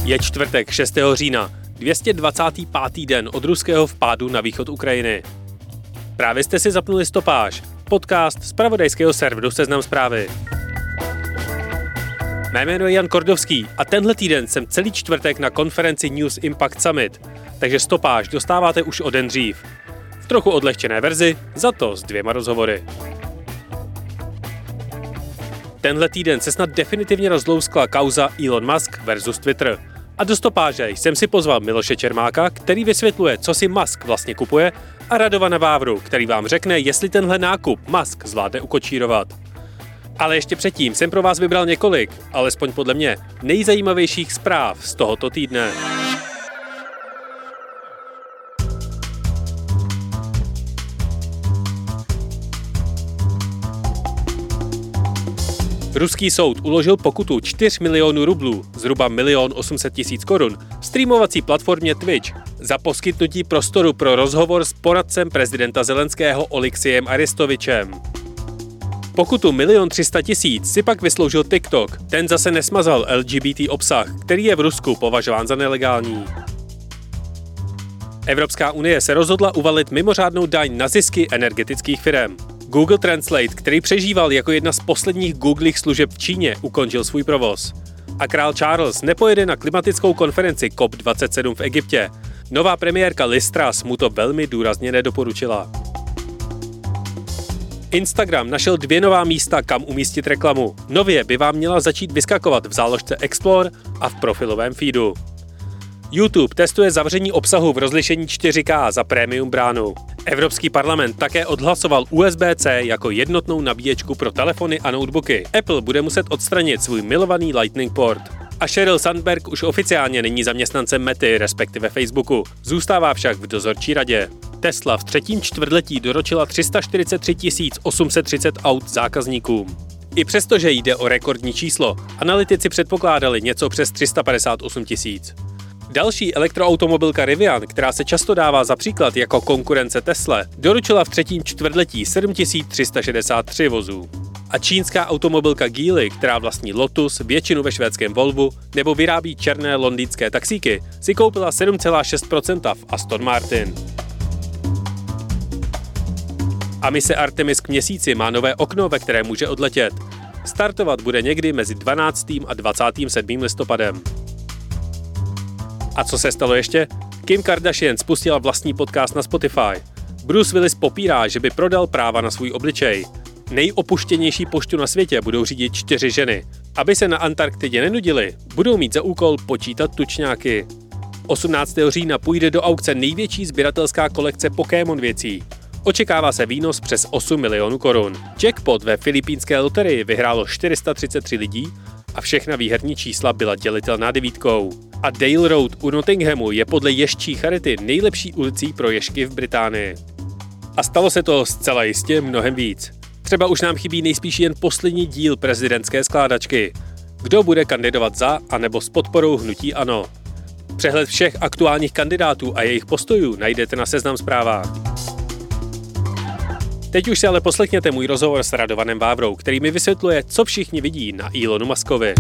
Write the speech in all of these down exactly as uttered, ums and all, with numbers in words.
Je čtvrtek šestého října, dvě stě dvacátý pátý den od ruského vpádu na východ Ukrajiny. Právě jste si zapnuli Stopáž, podcast z zpravodajského serveru Seznam Zprávy. Mé jméno je Jan Kordovský a tenhle týden jsem celý čtvrtek na konferenci News Impact Summit, takže Stopáž dostáváte už o den dřív. V trochu odlehčené verzi, za to s dvěma rozhovory. Tenhle týden se snad definitivně rozlouskla kauza Elon Musk versus Twitter. A do Stopáže jsem si pozval Miloše Čermáka, který vysvětluje, co si Musk vlastně kupuje, a Radovana Vávru, který vám řekne, jestli tenhle nákup Musk zvládne ukočírovat. Ale ještě předtím jsem pro vás vybral několik, alespoň podle mě, nejzajímavějších zpráv z tohoto týdne. Ruský soud uložil pokutu čtyři miliony rublů, zhruba milion osm set tisíc korun, streamovací platformě Twitch za poskytnutí prostoru pro rozhovor s poradcem prezidenta Zelenského Oleksijem Arestovičem. Pokutu milion tři sta tisíc si pak vysloužil TikTok, ten zase nesmazal L G B T obsah, který je v Rusku považován za nelegální. Evropská unie se rozhodla uvalit mimořádnou daň na zisky energetických firem. Google Translate, který přežíval jako jedna z posledních Googlových služeb v Číně, ukončil svůj provoz. A král Charles nepojede na klimatickou konferenci C O P dvacet sedm v Egyptě. Nová premiérka Liz Truss mu to velmi důrazně nedoporučila. Instagram našel dvě nová místa, kam umístit reklamu. Nově by vám měla začít vyskakovat v záložce Explore a v profilovém feedu. YouTube testuje zavření obsahu v rozlišení čtyři ká za premium bránu. Evropský parlament také odhlasoval U S B C jako jednotnou nabíječku pro telefony a notebooky. Apple bude muset odstranit svůj milovaný Lightning port. A Sheryl Sandberg už oficiálně není zaměstnancem Mety, respektive Facebooku. Zůstává však v dozorčí radě. Tesla v třetím čtvrtletí doručila tři sta čtyřicet tři tisíc osm set třicet aut zákazníkům. I přestože jde o rekordní číslo, analytici předpokládali něco přes tři sta padesát osm tisíc. Další elektroautomobilka Rivian, která se často dává za příklad jako konkurence Tesle, doručila v třetím čtvrtletí sedm tisíc tři sta šedesát tři vozů. A čínská automobilka Geely, která vlastní Lotus, většinu ve švédském Volvu nebo vyrábí černé londýnské taxíky, si koupila sedm celá šest procenta v Aston Martin. A mise Artemis k měsíci má nové okno, ve které může odletět. Startovat bude někdy mezi dvanáctým a dvacátým sedmým listopadem. A co se stalo ještě? Kim Kardashian spustila vlastní podcast na Spotify. Bruce Willis popírá, že by prodal práva na svůj obličej. Nejopuštěnější poštu na světě budou řídit čtyři ženy. Aby se na Antarktidě nenudili, budou mít za úkol počítat tučňáky. osmnáctého října půjde do aukce největší sběratelská kolekce Pokémon věcí. Očekává se výnos přes osm milionů korun. Jackpot ve filipínské loterii vyhrálo čtyři sta třicet tři lidí a všechna výherní čísla byla dělitelná devítkou. A Dale Road u Nottinghamu je podle ježčí charity nejlepší ulicí pro ježky v Británii. A stalo se to zcela jistě mnohem víc. Třeba už nám chybí nejspíš jen poslední díl prezidentské skládačky. Kdo bude kandidovat za a nebo s podporou hnutí ANO? Přehled všech aktuálních kandidátů a jejich postojů najdete na Seznam Zprávách. Teď už si ale poslechněte můj rozhovor s Radovanem Vávrou, který mi vysvětluje, co všichni vidí na Elonu Muskovi.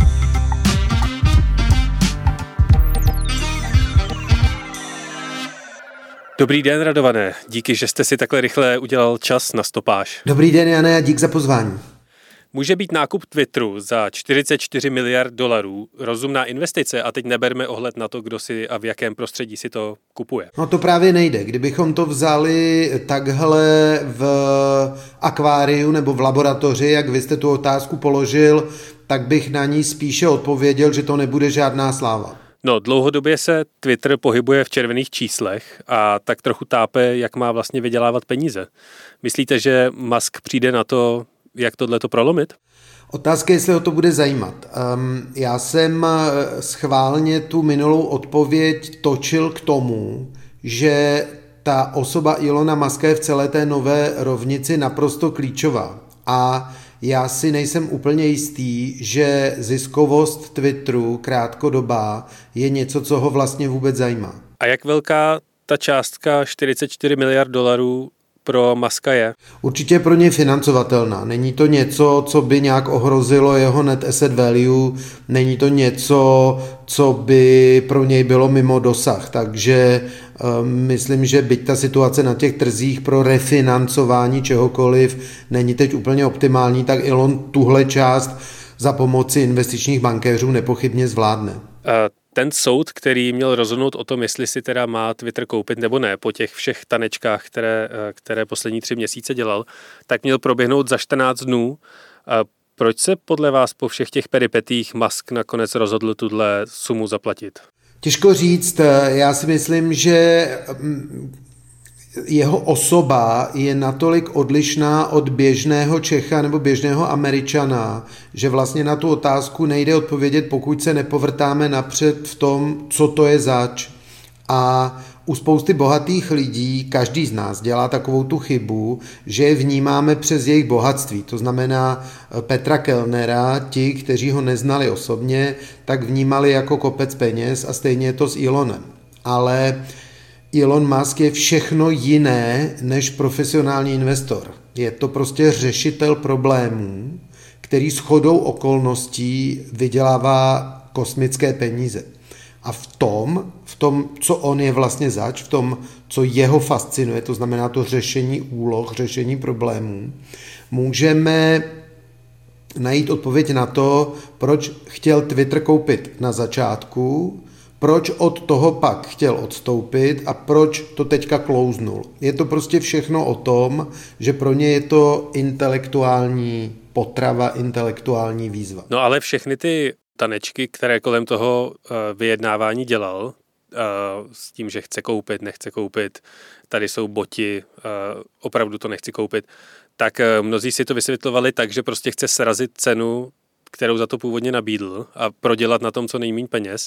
Dobrý den, Radované. Díky, že jste si takhle rychle udělal čas na Stopáž. Dobrý den, Jane, a dík za pozvání. Může být nákup Twitteru za čtyřicet čtyři miliard dolarů rozumná investice a teď neberme ohled na to, kdo si a v jakém prostředí si to kupuje? No to právě nejde. Kdybychom to vzali takhle v akváriu nebo v laboratoři, jak vy jste tu otázku položil, tak bych na ní spíše odpověděl, že to nebude žádná sláva. No, dlouhodobě se Twitter pohybuje v červených číslech a tak trochu tápe, jak má vlastně vydělávat peníze. Myslíte, že Musk přijde na to, jak tohleto prolomit? Otázka, jestli ho to bude zajímat. Um, já jsem schválně tu minulou odpověď točil k tomu, že ta osoba Elona Muska je v celé té nové rovnici naprosto klíčová. A já si nejsem úplně jistý, že ziskovost Twitteru krátkodobá je něco, co ho vlastně vůbec zajímá. A jak velká ta částka čtyřicet čtyři miliard dolarů pro Muska je? Určitě pro něj financovatelná. Není to něco, co by nějak ohrozilo jeho net asset value, není to něco, co by pro něj bylo mimo dosah. Takže um, myslím, že byť ta situace na těch trzích pro refinancování čehokoliv není teď úplně optimální, tak Elon tuhle část za pomoci investičních bankéřů nepochybně zvládne. Uh. Ten soud, který měl rozhodnout o tom, jestli si teda má Twitter koupit nebo ne, po těch všech tanečkách, které, které poslední tři měsíce dělal, tak měl proběhnout za čtrnáct dnů. Proč se podle vás po všech těch peripetích Musk nakonec rozhodl tuhle sumu zaplatit? Těžko říct, já si myslím, že jeho osoba je natolik odlišná od běžného Čecha nebo běžného Američana, že vlastně na tu otázku nejde odpovědět, pokud se nepovrtáme napřed v tom, co to je zač. A u spousty bohatých lidí každý z nás dělá takovou tu chybu, že je vnímáme přes jejich bohatství. To znamená Petra Kellnera, ti, kteří ho neznali osobně, tak vnímali jako kopec peněz a stejně je to s Elonem. Ale Elon Musk je všechno jiné než profesionální investor. Je to prostě řešitel problémů, který shodou okolností vydělává kosmické peníze. A v tom, v tom, co on je vlastně zač, v tom, co jeho fascinuje, to znamená to řešení úloh, řešení problémů, můžeme najít odpověď na to, proč chtěl Twitter koupit na začátku, proč od toho pak chtěl odstoupit a proč to teďka klouznul. Je to prostě všechno o tom, že pro ně je to intelektuální potrava, intelektuální výzva. No ale všechny ty tanečky, které kolem toho vyjednávání dělal, s tím, že chce koupit, nechce koupit, tady jsou boti, opravdu to nechci koupit, tak mnozí si to vysvětlovali tak, že prostě chce srazit cenu, kterou za to původně nabídl a prodělat na tom co nejméně peněz.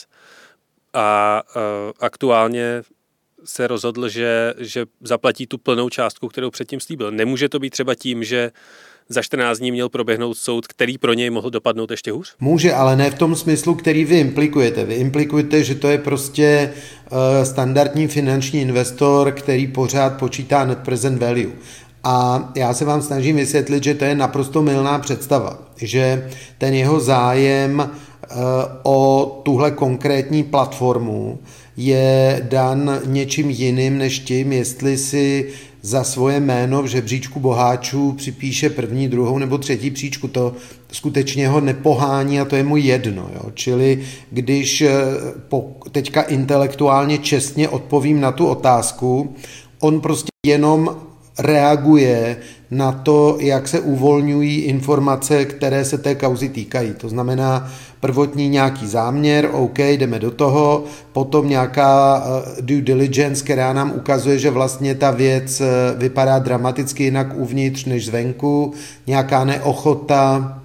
A uh, aktuálně se rozhodl, že, že zaplatí tu plnou částku, kterou předtím slíbil. Nemůže to být třeba tím, že za čtrnáct dní měl proběhnout soud, který pro něj mohl dopadnout ještě hůř? Může, ale ne v tom smyslu, který vy implikujete. Vy implikujete, že to je prostě uh, standardní finanční investor, který pořád počítá net present value. A já se vám snažím vysvětlit, že to je naprosto mylná představa, že ten jeho zájem o tuhle konkrétní platformu je dan něčím jiným než tím, jestli si za svoje jméno v žebříčku boháčů připíše první, druhou nebo třetí příčku. To skutečně ho nepohání a to je mu jedno. Jo? Čili když po, teďka intelektuálně čestně odpovím na tu otázku, on prostě jenom reaguje na to, jak se uvolňují informace, které se té kauzy týkají. To znamená prvotní nějaký záměr, OK, jdeme do toho, potom nějaká due diligence, která nám ukazuje, že vlastně ta věc vypadá dramaticky jinak uvnitř než zvenku, nějaká neochota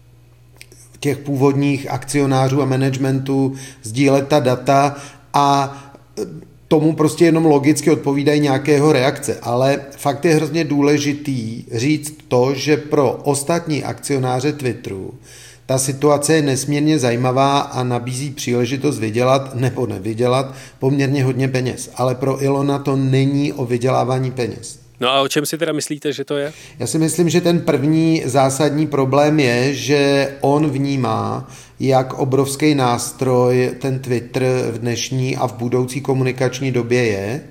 těch původních akcionářů a managementu sdílet ta data a tomu prostě jenom logicky odpovídají nějakého reakce, ale fakt je hrozně důležitý říct to, že pro ostatní akcionáře Twitteru ta situace je nesmírně zajímavá a nabízí příležitost vydělat nebo nevydělat poměrně hodně peněz, ale pro Elona to není o vydělávání peněz. No a o čem si teda myslíte, že to je? Já si myslím, že ten první zásadní problém je, že on vnímá, jak obrovský nástroj ten Twitter v dnešní a v budoucí komunikační době je.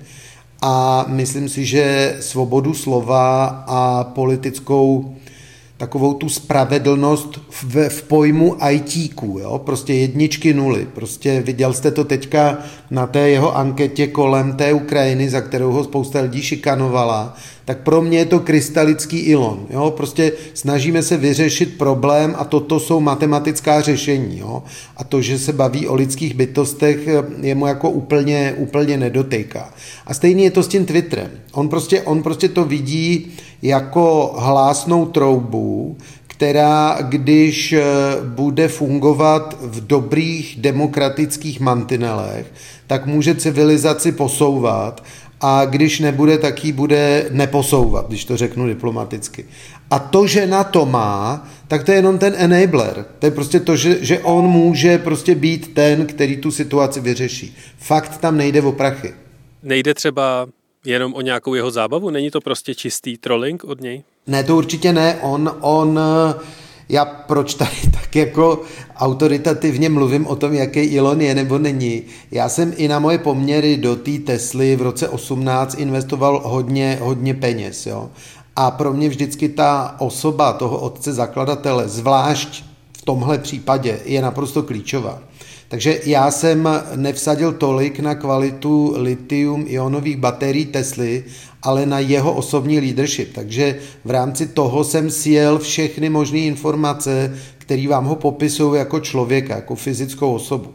A myslím si, že svobodu slova a politickou takovou tu spravedlnost v, v pojmu ajtíků, jo? Prostě jedničky nuly. Prostě viděl jste to teďka na té jeho anketě kolem té Ukrajiny, za kterou ho spousta lidí šikanovala, tak pro mě je to krystalický Elon. Jo? Prostě snažíme se vyřešit problém a toto jsou matematická řešení. Jo? A to, že se baví o lidských bytostech, je mu jako úplně, úplně nedotýká. A stejně je to s tím Twitterem. On prostě, on prostě to vidí jako hlásnou troubu, která, když bude fungovat v dobrých demokratických mantinelech, tak může civilizaci posouvat a když nebude, tak ji bude neposouvat, když to řeknu diplomaticky. A to, že na to má, tak to je jenom ten enabler. To je prostě to, že, že on může prostě být ten, který tu situaci vyřeší. Fakt tam nejde o prachy. Nejde třeba jenom o nějakou jeho zábavu? Není to prostě čistý trolling od něj? Ne, to určitě ne. On, on, já proč tady tak jako autoritativně mluvím o tom, jaký Elon je nebo není. Já jsem i na moje poměry do té Tesly v roce osmnáct investoval hodně, hodně peněz, jo. A pro mě vždycky ta osoba toho otce zakladatele, zvlášť v tomhle případě, je naprosto klíčová. Takže já jsem nevsadil tolik na kvalitu litium-ionových baterií Tesly, ale na jeho osobní leadership. Takže v rámci toho jsem sjel všechny možné informace, které vám ho popisují jako člověka, jako fyzickou osobu.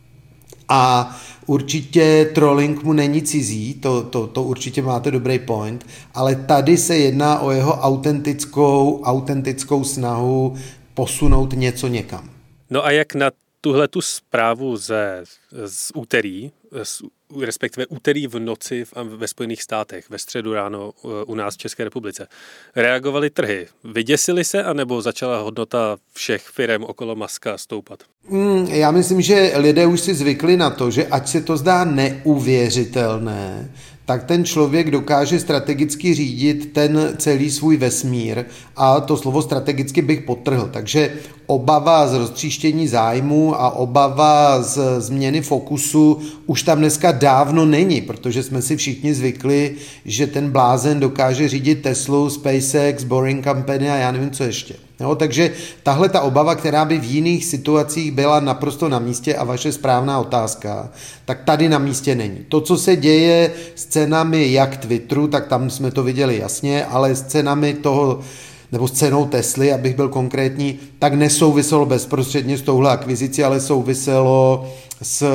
A určitě trolling mu není cizí, to, to, to určitě máte dobrý point, ale tady se jedná o jeho autentickou, autentickou snahu posunout něco někam. No a jak na tuhle tu zprávu ze, z úterý, z, respektive úterý v noci v, ve Spojených státech, ve středu ráno u nás v České republice, reagovaly trhy? Vyděsily se, anebo začala hodnota všech firem okolo Muska stoupat? Mm, já myslím, že lidé už si zvykli na to, že ať se to zdá neuvěřitelné, tak ten člověk dokáže strategicky řídit ten celý svůj vesmír a to slovo strategicky bych podtrhl. Takže obava z roztříštění zájmu a obava z změny fokusu už tam dneska dávno není, protože jsme si všichni zvykli, že ten blázen dokáže řídit Teslu, SpaceX, Boring Company a já nevím, co ještě. Jo, takže tahle ta obava, která by v jiných situacích byla naprosto na místě a vaše správná otázka, tak tady na místě není. To, co se děje s cenami jak Twitteru, tak tam jsme to viděli jasně, ale s cenami toho, nebo s cenou Tesly, abych byl konkrétní, tak nesouviselo bezprostředně s touhle akvizicí, ale souviselo s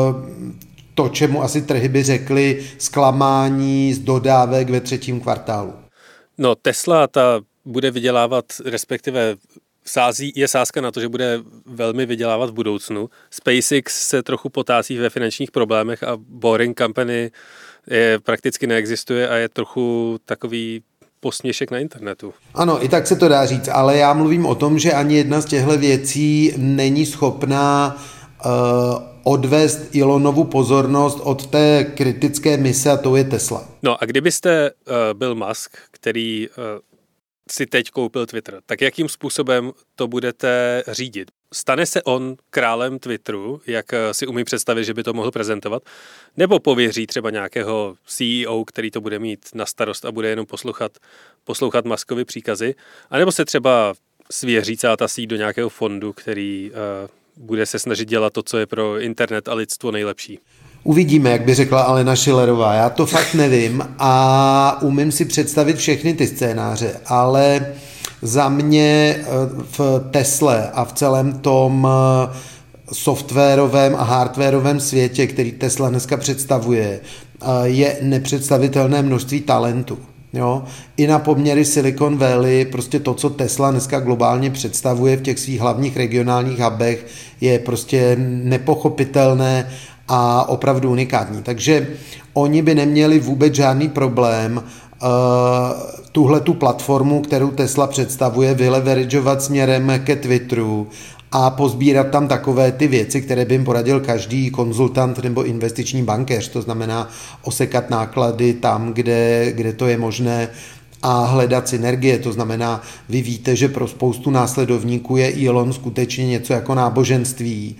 to, čemu asi trhy by řekly, zklamání z dodávek ve třetím kvartálu. No Tesla, ta bude vydělávat, respektive sází, je sázka na to, že bude velmi vydělávat v budoucnu. SpaceX se trochu potácí ve finančních problémech a Boring Company je, prakticky neexistuje a je trochu takový posměšek na internetu. Ano, i tak se to dá říct, ale já mluvím o tom, že ani jedna z těchto věcí není schopná uh, odvést Elonovu pozornost od té kritické mise a to je Tesla. No a kdybyste uh, byl Musk, který uh, si teď koupil Twitter, tak jakým způsobem to budete řídit? Stane se on králem Twitteru, jak si umí představit, že by to mohl prezentovat? Nebo pověří třeba nějakého C E O, který to bude mít na starost a bude jenom poslouchat, poslouchat Muskovy příkazy? A nebo se třeba svěří celá ta síť do nějakého fondu, který uh, bude se snažit dělat to, co je pro internet a lidstvo nejlepší? Uvidíme, jak by řekla Alena Schillerová. Já to fakt nevím a umím si představit všechny ty scénáře, ale za mě v Tesle a v celém tom softwarovém a hardwarovém světě, který Tesla dneska představuje, je nepředstavitelné množství talentu. Jo? I na poměry Silicon Valley, prostě to, co Tesla dneska globálně představuje v těch svých hlavních regionálních hubech, je prostě nepochopitelné a opravdu unikátní. Takže oni by neměli vůbec žádný problém uh, tuhle tu platformu, kterou Tesla představuje, vyleverageovat směrem ke Twitteru a pozbírat tam takové ty věci, které by jim poradil každý konzultant nebo investiční bankéř. To znamená osekat náklady tam, kde, kde to je možné a hledat synergie. To znamená, vy víte, že pro spoustu následovníků je Elon skutečně něco jako náboženství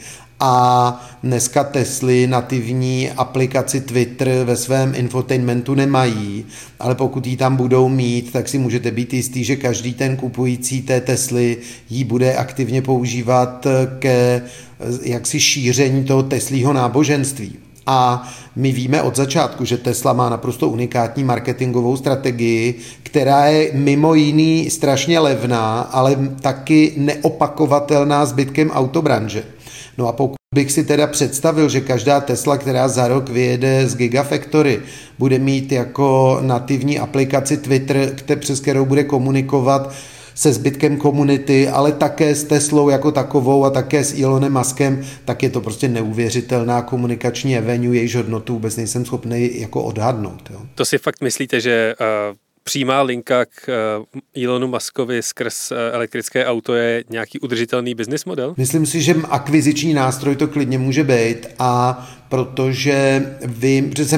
a dneska Tesly nativní aplikaci Twitter ve svém infotainmentu nemají, ale pokud ji tam budou mít, tak si můžete být jistý, že každý ten kupující té Tesly ji bude aktivně používat ke jaksi šíření toho Teslího náboženství. A my víme od začátku, že Tesla má naprosto unikátní marketingovou strategii, která je mimo jiný strašně levná, ale taky neopakovatelná zbytkem autobranže. No a pokud bych si teda představil, že každá Tesla, která za rok vyjede z Gigafactory, bude mít jako nativní aplikaci Twitter, přes kterou bude komunikovat se zbytkem komunity, ale také s Teslou jako takovou a také s Elonem Muskem, tak je to prostě neuvěřitelná komunikační avenue, jejíž hodnotu vůbec nejsem schopný jako odhadnout. Jo. To si fakt myslíte, že uh, přímá linka k uh, Elonu Muskovi skrz uh, elektrické auto je nějaký udržitelný business model? Myslím si, že akviziční nástroj to klidně může být a protože vím, že jsem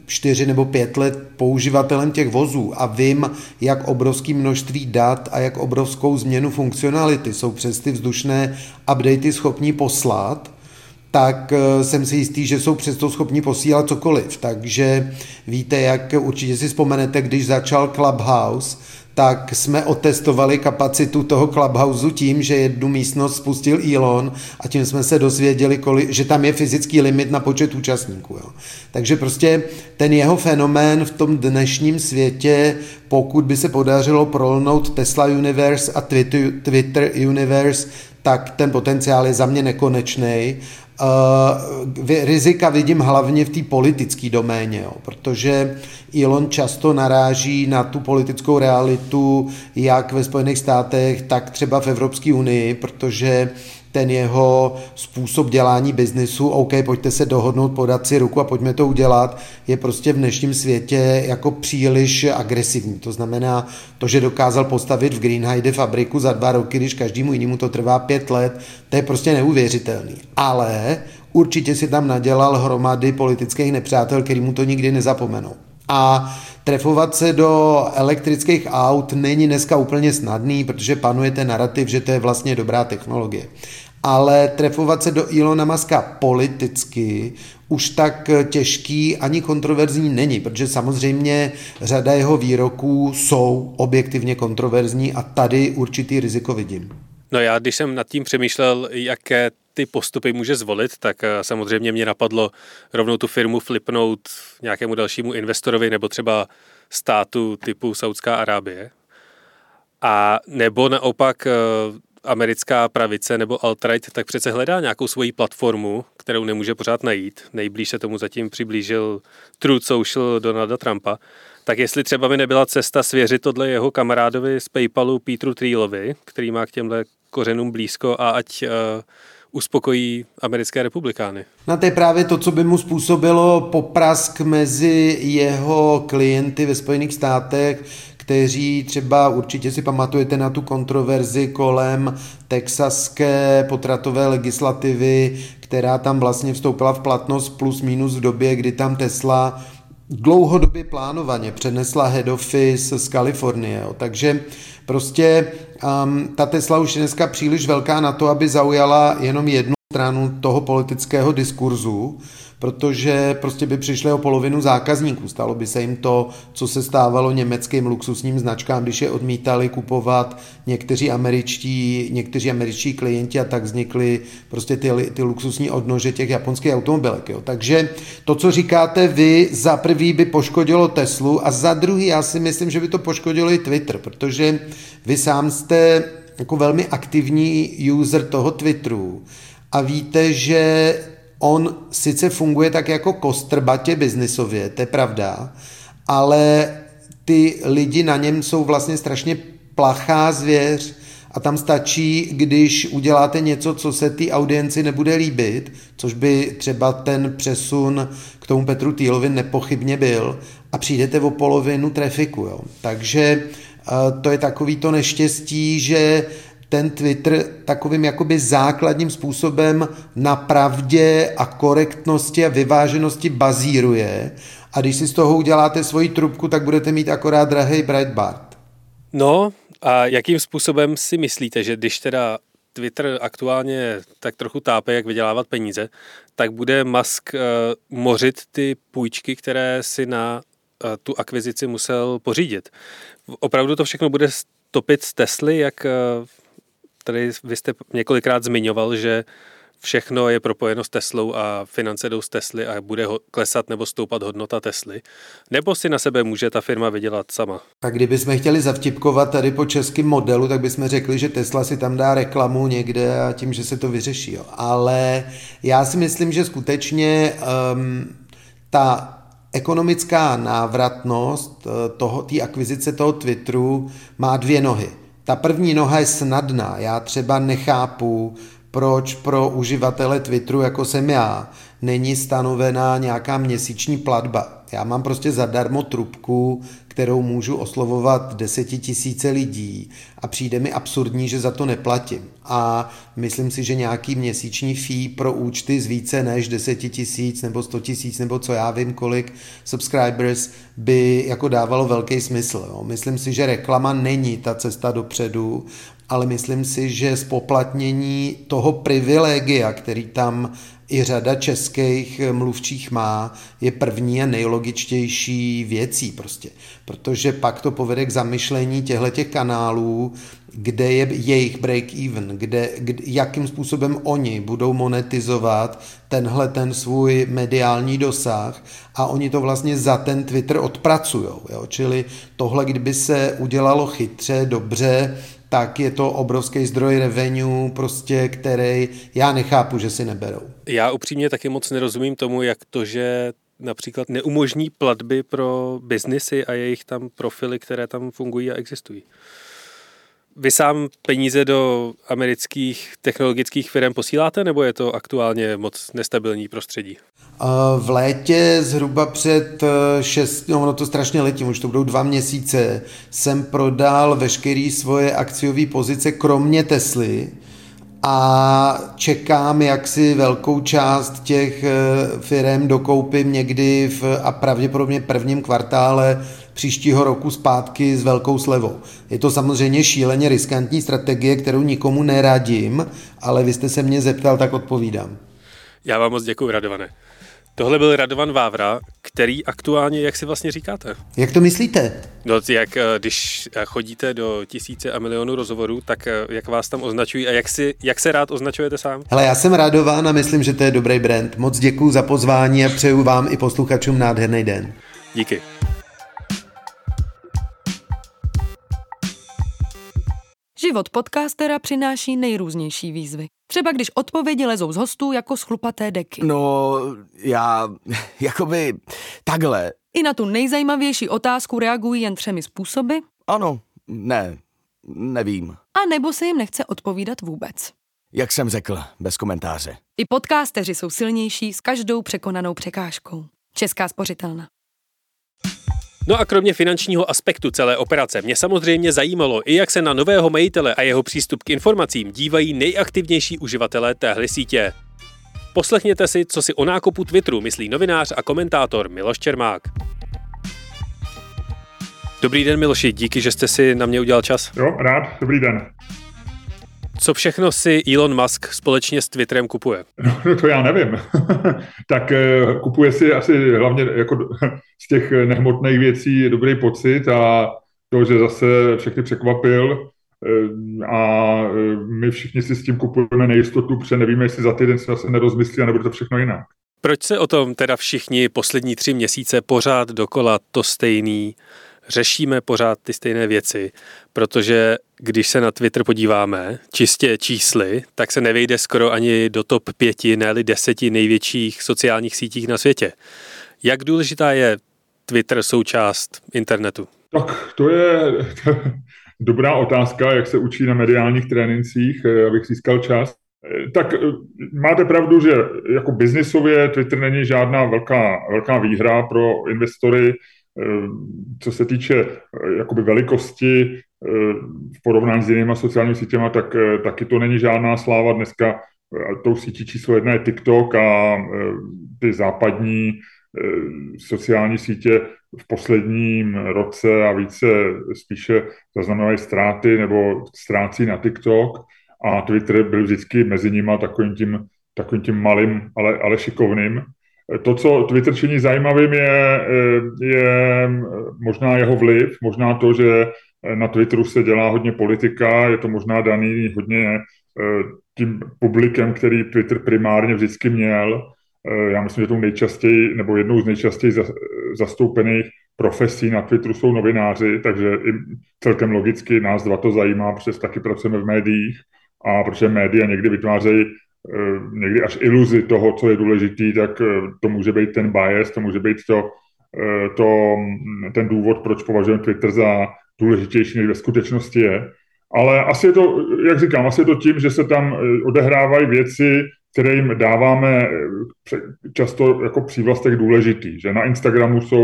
čtyři nebo pět let používatelem těch vozů a vím, jak obrovské množství dat a jak obrovskou změnu funkcionality jsou přes ty vzdušné updaty schopní poslat, tak jsem si jistý, že jsou přesto schopni posílat cokoliv. Takže víte, jak určitě si vzpomenete, když začal Clubhouse, tak jsme otestovali kapacitu toho Clubhouse tím, že jednu místnost spustil Elon a tím jsme se dozvěděli, kolik, že tam je fyzický limit na počet účastníků. Jo. Takže prostě ten jeho fenomén v tom dnešním světě, pokud by se podařilo prolnout Tesla Universe a Twitter, Twitter Universe, tak ten potenciál je za mě nekonečný. Uh, rizika vidím hlavně v té politické doméně, jo, protože Elon často naráží na tu politickou realitu jak ve Spojených státech, tak třeba v Evropské unii, protože ten jeho způsob dělání biznisu, OK, pojďte se dohodnout, podat si ruku a pojďme to udělat, je prostě v dnešním světě jako příliš agresivní. To znamená, to, že dokázal postavit v Greenhide fabriku za dva roky, když každému jinému to trvá pět let, to je prostě neuvěřitelný. Ale určitě si tam nadělal hromady politických nepřátel, který mu to nikdy nezapomenou. A trefovat se do elektrických aut není dneska úplně snadný, protože panuje ten narrativ, že to je vlastně dobrá technologie. Ale trefovat se do Elona Muska politicky už tak těžký ani kontroverzní není, protože samozřejmě řada jeho výroků jsou objektivně kontroverzní a tady určitý riziko vidím. No já, když jsem nad tím přemýšlel, jaké ty postupy může zvolit, tak samozřejmě mě napadlo rovnou tu firmu flipnout nějakému dalšímu investorovi nebo třeba státu typu Saudská Arábie. A nebo naopak americká pravice nebo alt-right tak přece hledá nějakou svoji platformu, kterou nemůže pořád najít. Nejblíž se tomu zatím přiblížil Truth Social Donalda Trumpa. Tak jestli třeba by nebyla cesta svěřit tohle jeho kamarádovi z PayPalu Petru Thielovi, který má k těmhle kořenům blízko a ať uh, uspokojí americké republikány. No to je právě to, co by mu způsobilo poprask mezi jeho klienty ve Spojených státech, kteří třeba určitě si pamatujete na tu kontroverzi kolem texaské potratové legislativy, která tam vlastně vstoupila v platnost plus minus v době, kdy tam Tesla dlouhodobě plánovaně přenesla head office z Kalifornie. Jo. Takže prostě um, ta Tesla už je dneska příliš velká na to, aby zaujala jenom jednu stranu toho politického diskurzu, protože prostě by přišli o polovinu zákazníků. Stalo by se jim to, co se stávalo německým luxusním značkám, když je odmítali kupovat někteří američtí, někteří američtí klienti a tak vznikly prostě ty, ty luxusní odnože těch japonských automobilek. Jo. Takže to, co říkáte vy, za prvý by poškodilo Teslu a za druhý já si myslím, že by to poškodilo i Twitter, protože vy sám jste jako velmi aktivní user toho Twitteru a víte, že on sice funguje tak jako kostrbatě biznisově, to je pravda, ale ty lidi na něm jsou vlastně strašně plachá zvěř a tam stačí, když uděláte něco, co se té audienci nebude líbit, což by třeba ten přesun k tomu Petru Thielovi nepochybně byl a přijdete o polovinu trafiku. Jo. Takže uh, to je takový to neštěstí, že ten Twitter takovým jakoby základním způsobem na pravdě a korektnosti a vyváženosti bazíruje a když si z toho uděláte svoji trubku, tak budete mít akorát drahej Breitbart. No a jakým způsobem si myslíte, že když teda Twitter aktuálně tak trochu tápe, jak vydělávat peníze, tak bude Musk uh, mořit ty půjčky, které si na uh, tu akvizici musel pořídit? Opravdu to všechno bude topit z Tesly, jak uh, tady vy jste několikrát zmiňoval, že všechno je propojeno s Teslou a finance jdou z Tesly a bude klesat nebo stoupat hodnota Tesly. Nebo si na sebe může ta firma vydělat sama? Tak kdybychom chtěli zavtipkovat tady po českém modelu, tak bychom řekli, že Tesla si tam dá reklamu někde a tím, že se to vyřeší. Jo. Ale já si myslím, že skutečně um, ta ekonomická návratnost toho, té akvizice toho Twitteru má dvě nohy. Ta první noha je snadná. Já třeba nechápu, proč pro uživatele Twitteru, jako jsem já, není stanovená nějaká měsíční platba. Já mám prostě zadarmo trubku, kterou můžu oslovovat desetitisíce lidí a přijde mi absurdní, že za to neplatím. A myslím si, že nějaký měsíční fee pro účty z více než deset tisíc nebo sto tisíc nebo co já vím kolik subscribers by jako dávalo velký smysl. Jo. Myslím si, že reklama není ta cesta dopředu, ale myslím si, že zpoplatnění toho privilegia, který tam i řada českých mluvčích má, je první a nejlogičtější věcí prostě. Protože pak to povede k zamyšlení těchto kanálů, kde je jejich break-even, kde, kde, jakým způsobem oni budou monetizovat tenhle ten svůj mediální dosah a oni to vlastně za ten Twitter odpracujou. Jo? Čili tohle, kdyby se udělalo chytře, dobře, tak je to obrovský zdroj revenue, prostě, který já nechápu, že si neberou. Já upřímně taky moc nerozumím tomu, jak to, že například neumožní platby pro biznisy a jejich tam profily, které tam fungují a existují. Vy sám peníze do amerických technologických firm posíláte, nebo je to aktuálně moc nestabilní prostředí? V létě zhruba před šest, no ono to strašně letím, už to budou dva měsíce, jsem prodal veškeré svoje akciové pozice, kromě Tesly, a čekám, jak si velkou část těch firem dokoupím někdy v, a pravděpodobně prvním kvartále příštího roku zpátky s velkou slevou. Je to samozřejmě šíleně riskantní strategie, kterou nikomu neradím, ale vy jste se mě zeptal, tak odpovídám. Já vám moc děkuji, Radovane. Tohle byl Radovan Vávra, který aktuálně, jak si vlastně říkáte? Jak to myslíte? No, jak když chodíte do tisíce a milionů rozhovorů, tak jak vás tam označují a jak, si, jak se rád označujete sám? Hele, já jsem Radovan a myslím, že to je dobrý brand. Moc děkuju za pozvání a přeju vám i posluchačům nádherný den. Díky. Život podcastera přináší nejrůznější výzvy. Třeba když odpovědi lezou z hostů jako z chlupaté deky. No, já, jakoby, takhle. I na tu nejzajímavější otázku reagují jen třemi způsoby. Ano, ne, nevím. A nebo se jim nechce odpovídat vůbec. Jak jsem řekl, bez komentáře. I podcasteři jsou silnější s každou překonanou překážkou. Česká spořitelna. No a kromě finančního aspektu celé operace mě samozřejmě zajímalo i jak se na nového majitele a jeho přístup k informacím dívají nejaktivnější uživatelé téhle sítě. Poslechněte si, co si o nákupu Twitteru myslí novinář a komentátor Miloš Čermák. Dobrý den, Miloši, díky, že jste si na mě udělal čas. Jo, rád, dobrý den. Co všechno si Elon Musk společně s Twitterem kupuje? No to já nevím. Tak kupuje si asi hlavně jako z těch nehmotných věcí dobrý pocit a to, že zase všechny překvapil a my všichni si s tím kupujeme nejistotu, protože nevíme, jestli za týden se zase nerozmyslí a nebude to všechno jinak. Proč se o tom teda všichni poslední tři měsíce pořád dokola to stejný, řešíme pořád ty stejné věci, protože když se na Twitter podíváme čistě čísly, tak se nevejde skoro ani do top pěti, ne-li deseti největších sociálních sítích na světě. Jak důležitá je Twitter součást internetu? Tak to je dobrá otázka, jak se učí na mediálních trénincích, abych získal čas. Tak máte pravdu, že jako biznisově Twitter není žádná velká, velká výhra pro investory. Co se týče jakoby velikosti v porovnání s jinýma sociálními sítěma, tak taky to není žádná sláva. Dneska tou sítí číslo jedna je TikTok a ty západní sociální sítě v posledním roce a více spíše zaznamenají ztráty nebo ztrácí na TikTok a Twitter byl vždycky mezi nima takovým tím, takovým tím malým, ale, ale šikovným. To, co Twitter činí zajímavým, je, je možná jeho vliv, možná to, že na Twitteru se dělá hodně politika, je to možná daný hodně tím publikem, který Twitter primárně vždycky měl. Já myslím, že tou nejčastěji, nebo jednou z nejčastěji zastoupených profesí na Twitteru jsou novináři, takže i celkem logicky nás dva to zajímá, protože taky pracujeme v médiích a protože média někdy vytvářejí někdy až iluzi toho, co je důležitý, tak to může být ten bias, to může být to, to, ten důvod, proč považujeme Twitter za důležitější, než ve skutečnosti je. Ale asi je to, jak říkám, asi je to tím, že se tam odehrávají věci, které jim dáváme často jako přívlastek důležitý. Že na Instagramu jsou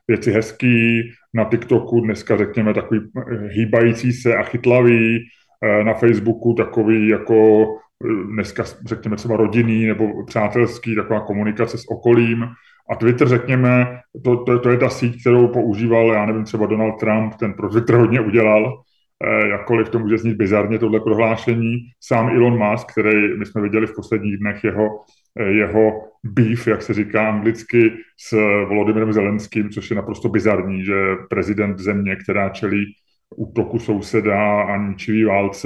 věci hezký, na TikToku dneska řekněme takový hýbající se a chytlavý, na Facebooku takový jako dneska řekněme třeba rodinný nebo přátelský, taková komunikace s okolím. A Twitter, řekněme, to, to, to je ta síť, kterou používal, já nevím, třeba Donald Trump, ten pro Twitter hodně udělal, eh, jakkoliv to může znít bizarně tohle prohlášení. Sám Elon Musk, který my jsme viděli v posledních dnech jeho, eh, jeho beef, jak se říká anglicky, s Volodymyrem Zelenským, což je naprosto bizarní, že prezident země, která čelí útoku souseda a ničivý válce,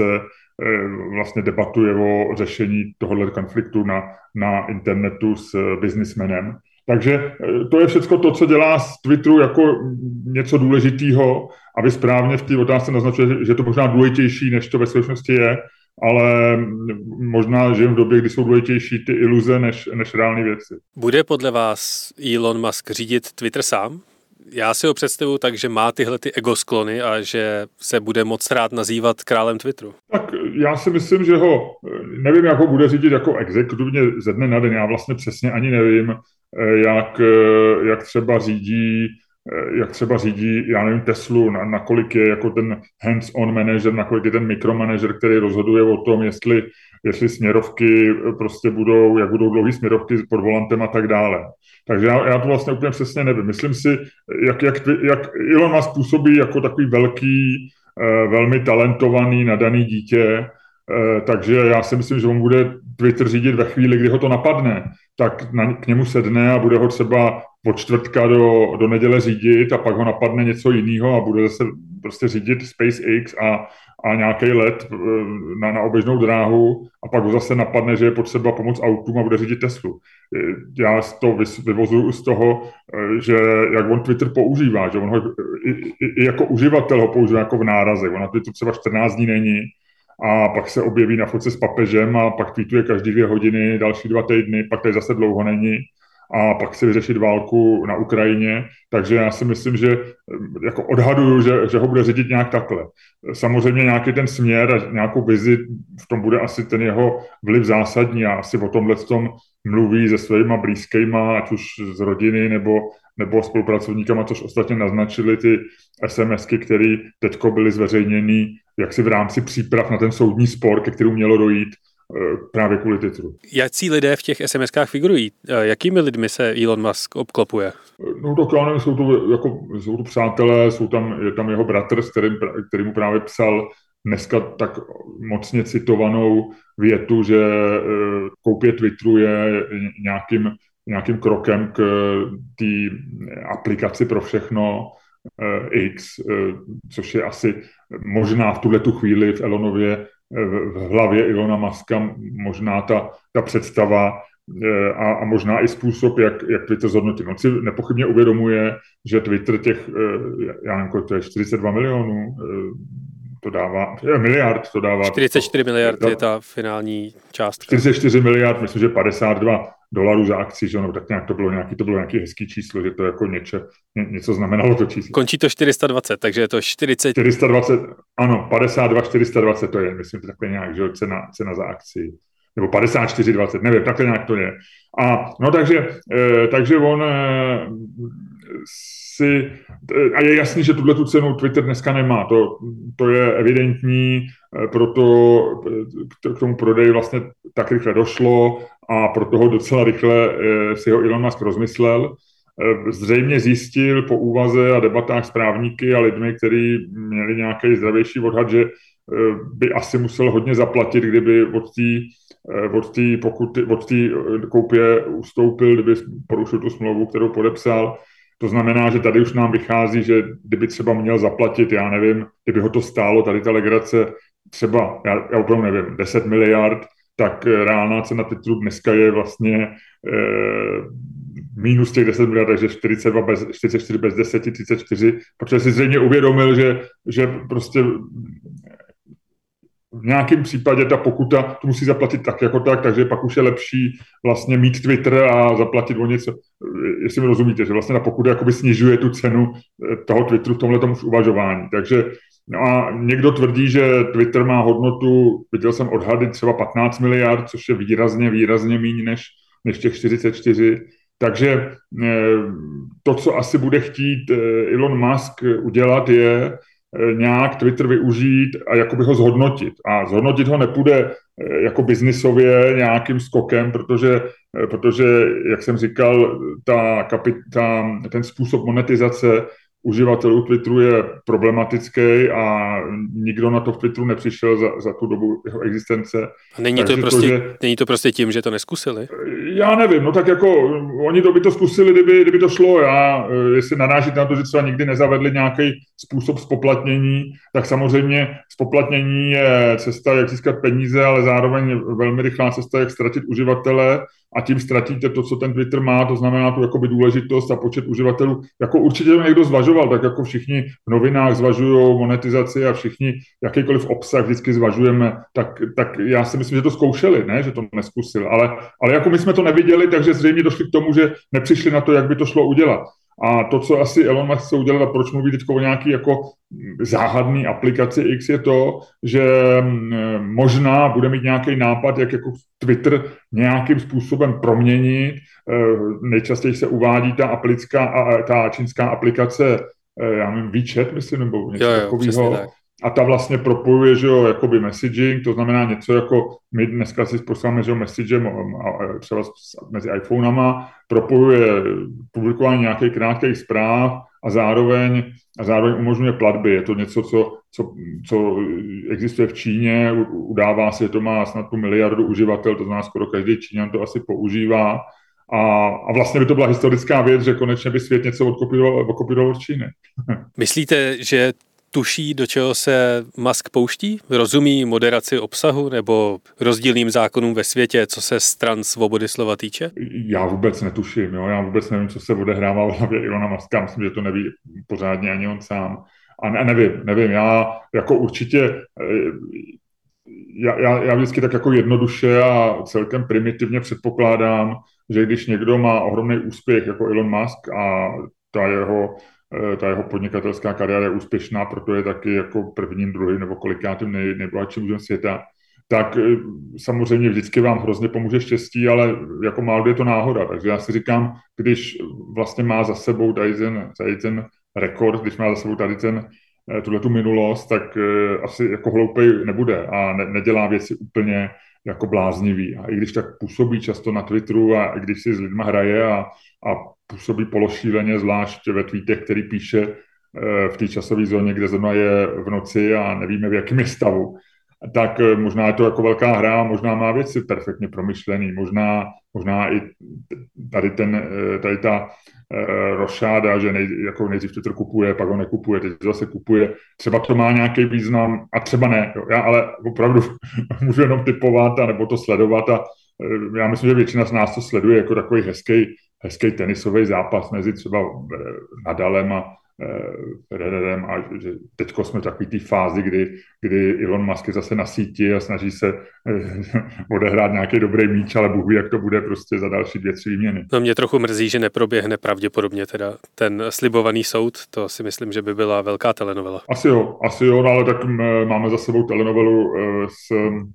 vlastně debatuje o řešení tohoto konfliktu na, na internetu s biznismenem. Takže to je všechno to, co dělá z Twitteru jako něco důležitého, a vy správně v té otázce naznačujete, že je to možná důležitější, než to ve skutečnosti je, ale možná žijeme v době, kdy jsou důležitější ty iluze než, než reální věci. Bude podle vás Elon Musk řídit Twitter sám? Já si ho představuji tak, že má tyhle ty egosklony a že se bude moc rád nazývat králem Twitteru. Tak já si myslím, že ho, nevím, jak ho bude řídit jako exekutivně ze dne na den. Já vlastně přesně ani nevím, jak, jak třeba řídí, jak třeba řídí, já nevím, Teslu, na, nakolik je jako ten hands-on manager, nakolik je ten mikromanager, který rozhoduje o tom, jestli, jestli směrovky prostě budou, jak budou dlouhý směrovky pod volantem a tak dále. Takže já, já to vlastně úplně přesně nevím. Myslím si, jak, jak, jak Elon Musk působí jako takový velký, velmi talentovaný, nadaný dítě, takže já si myslím, že on bude Twitter řídit ve chvíli, kdy ho to napadne, tak na, k němu sedne a bude ho třeba od čtvrtka do, do neděle řídit a pak ho napadne něco jiného a bude zase prostě řídit SpaceX a, a nějaký let na, na oběžnou dráhu a pak ho zase napadne, že je potřeba pomoct autům a bude řídit Teslu. Já to vyvozuju z toho, že jak on Twitter používá, že on ho i, i, i jako uživatel ho používá jako v nárazech. On na Twitteru třeba čtrnáct dní není a pak se objeví na fotce s papežem a pak tweetuje každý dvě hodiny, další dva týdny, pak tady zase dlouho není a pak chce vyřešit válku na Ukrajině, takže já si myslím, že jako odhaduju, že, že ho bude řídit nějak takhle. Samozřejmě nějaký ten směr a nějakou vizi, v tom bude asi ten jeho vliv zásadní a asi o tomhle tom mluví se svýma blízkýma, ať už z rodiny nebo, nebo spolupracovníkama, což ostatně naznačili ty SMSky, které teďko byly zveřejněny jaksi v rámci příprav na ten soudní spor, ke kterému mělo dojít právě kvůli Twitteru. Jací lidé v těch SMSkách figurují? Jakými lidmi se Elon Musk obklopuje? No tak já nevím, jsou to, jako, jsou to přátelé, jsou tam, je tam jeho bratr, s kterým, který mu právě psal dneska tak mocně citovanou větu, že koupě Twitteru je nějakým, nějakým krokem k té aplikaci pro všechno X, což je asi možná v tuhletu chvíli v Elonově v hlavě Elona Muska možná ta, ta představa a, a možná i způsob, jak, jak Twitter zhodnotit. On si nepochybně uvědomuje, že Twitter těch, já nevím, kolik to je, čtyřicet dva milionů, to dává, miliard to dává. čtyřicet čtyři miliard je ta finální částka. čtyřicet čtyři miliard, myslím, že padesát dva dolarů za akci, že no, tak nějak to bylo nějaký, to bylo nějaký hezký číslo, že to jako něče, ně, něco znamenalo to číslo. Končí to čtyři sta dvacet, takže je to čtyřicet... čtyři sta dvacet, ano, padesát dva, čtyři sta dvacet to je, myslím, to takhle nějak, že cena, cena za akci. Nebo padesát čtyři dvacet, nevím, takhle nějak to je. A no takže, eh, takže on eh, si, a je jasný, že tuhle tu cenu Twitter dneska nemá, to, to je evidentní, eh, proto k tomu prodeji vlastně tak rychle došlo a proto ho docela rychle eh, si ho Elon Musk rozmyslel. Eh, zřejmě zjistil po úvaze a debatách s právníky a lidmi, kteří měli nějaký zdravější odhad, že by asi musel hodně zaplatit, kdyby od té od té pokuty, od té koupě ustoupil, kdyby porušil tu smlouvu, kterou podepsal. To znamená, že tady už nám vychází, že kdyby třeba měl zaplatit, já nevím, kdyby ho to stálo, tady ta legrace třeba, já, já opravdu nevím, deset miliard, tak reálná cena titulu dneska je vlastně eh, minus těch deset miliard, takže čtyřicet dva bez, čtyřicet čtyři bez deset, třicet čtyři, protože si zřejmě uvědomil, že, že prostě v nějakém případě ta pokuta to musí zaplatit tak jako tak, takže pak už je lepší vlastně mít Twitter a zaplatit o něco, jestli mi rozumíte, že vlastně ta pokuta jakoby snižuje tu cenu toho Twitteru v tomhletom už uvažování. Takže no a někdo tvrdí, že Twitter má hodnotu, viděl jsem odhady třeba patnáct miliard, což je výrazně, výrazně méně než, než těch čtyřicet čtyři. Takže to, co asi bude chtít Elon Musk udělat, je nějak Twitter využít a jakoby ho zhodnotit. A zhodnotit ho nepůjde jako biznisově nějakým skokem, protože, protože jak jsem říkal, ta, ta, ten způsob monetizace uživatelů Twitteru je problematický a nikdo na to v Twitteru nepřišel za, za tu dobu jeho existence. A není to, prostě, to, že, není to prostě tím, že to neskusili? Já nevím, no tak jako oni to by to zkusili, kdyby, kdyby to šlo. Já, jestli narážit na to, že třeba nikdy nezavedli nějaký způsob spoplatnění, tak samozřejmě spoplatnění je cesta, jak získat peníze, ale zároveň velmi rychlá cesta, jak ztratit uživatele a tím ztratíte to, co ten Twitter má, to znamená tu jakoby důležitost a počet uživatelů. Jako určitě to někdo zvažoval, tak jako všichni v novinách zvažují monetizaci a všichni jakýkoliv obsah vždycky zvažujeme, tak, tak já si myslím, že to zkoušeli, ne, že to neskusil, ale, ale jako my jsme to neviděli, takže zřejmě došli k tomu, že nepřišli na to, jak by to šlo udělat. A to, co asi Elon Musk chce udělat a proč mluví teď o nějaký jako záhadný aplikaci X, je to, že možná bude mít nějaký nápad, jak jako Twitter nějakým způsobem proměnit. Nejčastěji se uvádí ta aplická, ta čínská aplikace, já nevím, WeChat, myslím, nebo něco takového. Tak. A ta vlastně propojuje, že jo, jakoby messaging, to znamená něco jako my dneska si posíláme, že jo, messagem třeba mezi iPhonama, propojuje publikování nějakých krátkých zpráv a zároveň, a zároveň umožňuje platby. Je to něco, co, co, co existuje v Číně, udává se, že to má snad tu miliardu uživatel, to znamená skoro každý Číňan to asi používá. A, a vlastně by to byla historická věc, že konečně by svět něco odkopíroval, odkopíroval od Číny. Myslíte, že tuší, do čeho se Musk pouští? Rozumí moderaci obsahu nebo rozdílným zákonům ve světě, co se stran svobody slova týče? Já vůbec netuším, jo? Já vůbec nevím, co se odehrává v hlavě Ilona Muska. Myslím, že to neví pořádně ani on sám. A ne, nevím, nevím, já jako určitě, já, já, já vždycky tak jako jednoduše a celkem primitivně předpokládám, že když někdo má ohromný úspěch jako Elon Musk a ta jeho ta jeho podnikatelská kariéra je úspěšná, proto je taky jako prvním, druhým nebo kolikátým nej, nejbohatším mužem světa, tak samozřejmě vždycky vám hrozně pomůže štěstí, ale jako málo je to náhoda. Takže já si říkám, když vlastně má za sebou tady ten, tady ten rekord, když má za sebou tady ten, tuhletu minulost, tak asi jako hloupej nebude a ne, nedělá věci úplně jako bláznivý. A i když tak působí často na Twitteru a i když si s lidma hraje a, a působí pološíleně, zvlášť ve tweetech, který píše v té časové zóně, kde zrovna je v noci a nevíme, v jakém je stavu, tak možná je to jako velká hra, možná má věci perfektně promyšlený, možná, možná i tady, ten, tady ta rošáda, že nej, jako nejdřív Twitter kupuje, pak ho nekupuje, teď zase kupuje, třeba to má nějaký význam a třeba ne. Jo. Já ale opravdu můžu jenom typovat a nebo to sledovat a já myslím, že většina z nás to sleduje jako takový hezký, hezký tenisový zápas mezi třeba Nadalem a Federerem a že teďko jsme v takový té fázi, kdy, kdy Elon Musk je zase na síti a snaží se odehrát nějaký dobrý míč, ale Bůh ví, jak to bude prostě za další dvě, tři výměny. No mě trochu mrzí, že neproběhne pravděpodobně teda ten slibovaný soud, to si myslím, že by byla velká telenovela. Asi jo, asi jo, no, ale tak máme za sebou telenovelu s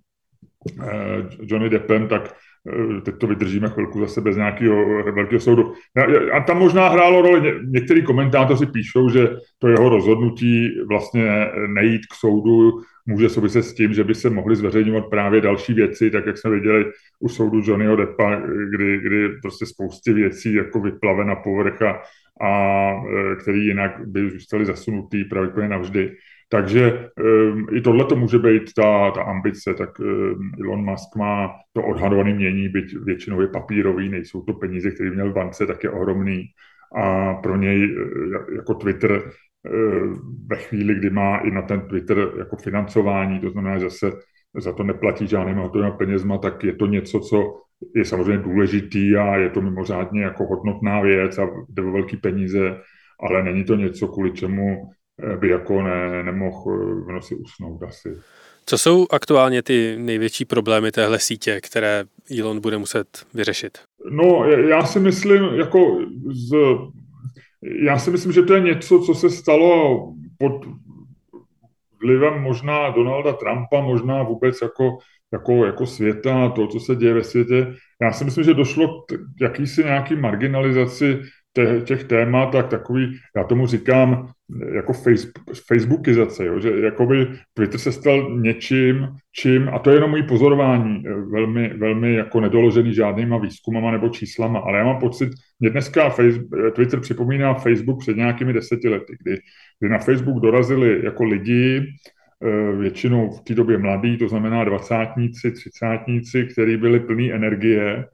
Johnny Deppem, tak teď to vydržíme chvilku zase bez nějakého velkého soudu. A tam možná hrálo roli, některý komentátoři píšou, že to jeho rozhodnutí vlastně nejít k soudu může souviset s tím, že by se mohly zveřejňovat právě další věci, tak jak jsme viděli u soudu Johnnyho Deppa, kdy, kdy prostě spousty věcí jako vyplave na povrch a, a který jinak by zůstaly zasunutý pravděpodobně navždy. Takže um, i tohle to může být ta, ta ambice, tak um, Elon Musk má to odhadované mění, byť většinou je papírový, nejsou to peníze, které měl v bance, tak je ohromný. A pro něj jako Twitter uh, ve chvíli, kdy má i na ten Twitter jako financování, to znamená, že se za to neplatí žádnýma hotovými penězma, tak je to něco, co je samozřejmě důležitý a je to mimořádně jako hodnotná věc a jde o velký peníze, ale není to něco, kvůli čemu by jako ne, nemohl v noci usnout asi. Co jsou aktuálně ty největší problémy téhle sítě, které Elon bude muset vyřešit? No, já si myslím, jako z, já si myslím, že to je něco, co se stalo pod vlivem možná Donalda Trumpa, možná vůbec jako jako, jako světa, to, co se děje ve světě. Já si myslím, že došlo k jakýsi nějaký marginalizaci těch témat, tak takový, já tomu říkám, jako facebookizace, jo, že jakoby Twitter se stal něčím, čím, a to je jenom můj pozorování, velmi, velmi jako nedoložený žádnýma výzkumama nebo číslama, ale já mám pocit, že dneska Facebook, Twitter připomíná Facebook před nějakými deseti lety, kdy, kdy na Facebook dorazili jako lidi, většinou v té době mladí, to znamená dvacátníci, třicátníci, kteří byli plní energie.